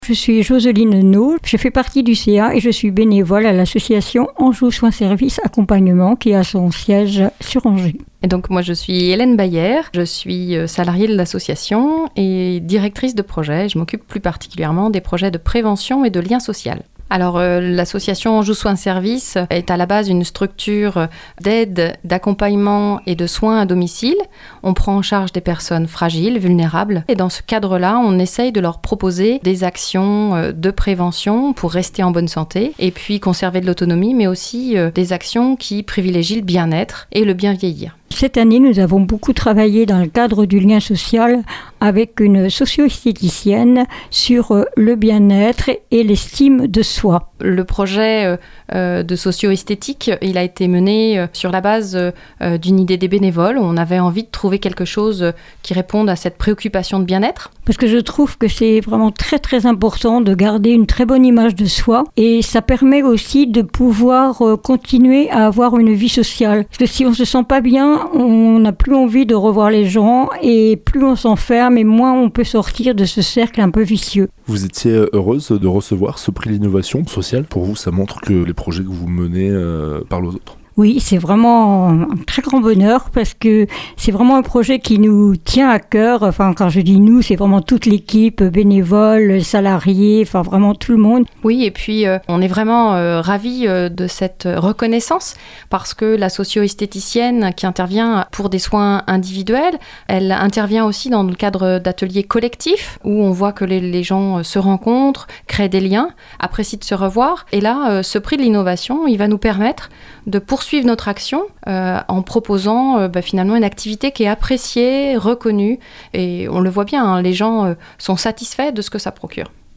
Je suis Joseline No, je fais partie du CA et je suis bénévole à l'association Anjou Soins Services Accompagnement qui a son siège sur Angers. Et donc moi je suis Hélène Bayer, je suis salariée de l'association et directrice de projet. Je m'occupe plus particulièrement des projets de prévention et de lien social. Alors l'association Anjou Soins Services est à la base une structure d'aide, d'accompagnement et de soins à domicile. On prend en charge des personnes fragiles, vulnérables. Et dans ce cadre-là, on essaye de leur proposer des actions de prévention pour rester en bonne santé et puis conserver de l'autonomie, mais aussi des actions qui privilégient le bien-être et le bien vieillir. Cette année, nous avons beaucoup travaillé dans le cadre du lien social avec une socio-esthéticienne sur le bien-être et l'estime de soi. Le projet de socio-esthétique, il a été mené sur la base d'une idée des bénévoles. On avait envie de trouver quelque chose qui réponde à cette préoccupation de bien-être. Parce que je trouve que c'est vraiment très très important de garder une très bonne image de soi et ça permet aussi de pouvoir continuer à avoir une vie sociale. Parce que si on se sent pas bien, on n'a plus envie de revoir les gens et plus on s'enferme et moins on peut sortir de ce cercle un peu vicieux. Vous étiez heureuse de recevoir ce prix d'innovation sociale. Pour vous, ça montre que les projets que vous menez parlent aux autres. Oui, c'est vraiment un très grand bonheur parce que c'est vraiment un projet qui nous tient à cœur. Enfin, quand je dis nous, c'est vraiment toute l'équipe, bénévoles, salariés, enfin vraiment tout le monde. Oui, et puis on est vraiment ravis de cette reconnaissance parce que la socio-esthéticienne qui intervient pour des soins individuels, elle intervient aussi dans le cadre d'ateliers collectifs où on voit que les gens se rencontrent, créent des liens, apprécient de se revoir. Et là, ce prix de l'innovation, il va nous permettre de poursuivre notre action en proposant finalement une activité qui est appréciée, reconnue et on le voit bien, les gens sont satisfaits de ce que ça procure.